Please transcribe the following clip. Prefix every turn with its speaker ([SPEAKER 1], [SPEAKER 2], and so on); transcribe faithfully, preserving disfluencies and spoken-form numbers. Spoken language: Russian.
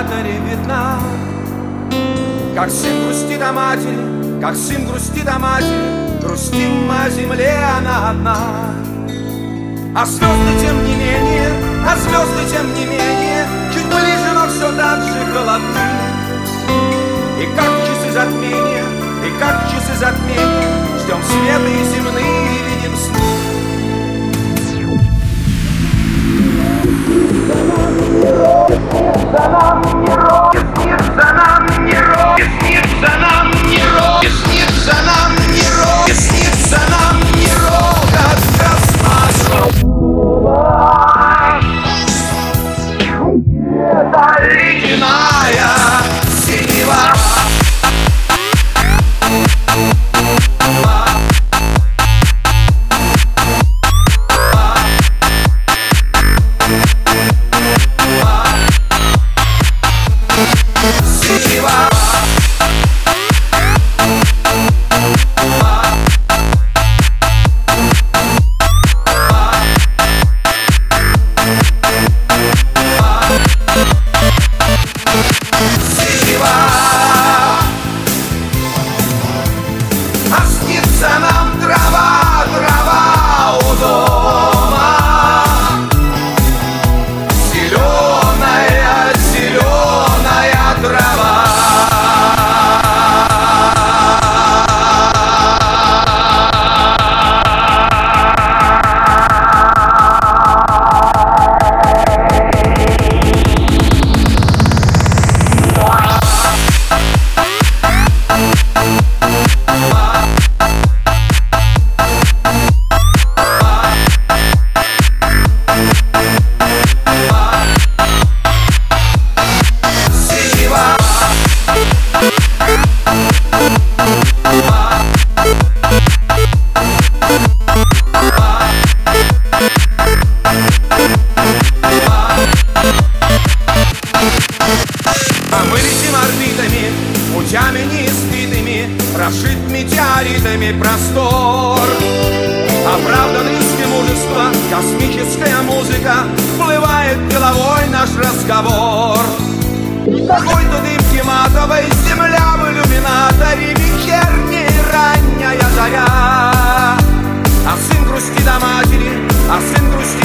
[SPEAKER 1] иллюминаторе видна. Как сын грустит о матери, как сын грустит о матери, грустим мы о земле, она одна. А звезды тем не менее, а звезды тем не менее, чуть ближе, но все так же холодны. И как часы затмения, и как часы затмения, ждем света и земные, и видим сны. Снится нам не рок, снится нам не рок, снится нам не рок, снится нам не рок, снится нам не рок от космоса. Это ледяная синева. Путями неизведанными, прошит метеоритами простор. Оправдан риски мужества, космическая музыка, всплывает головой наш разговор. Какой-то дымки матовой, земля в иллюминаторе, вечерняя ранняя заря. А сын грустит о матери, а сын грустит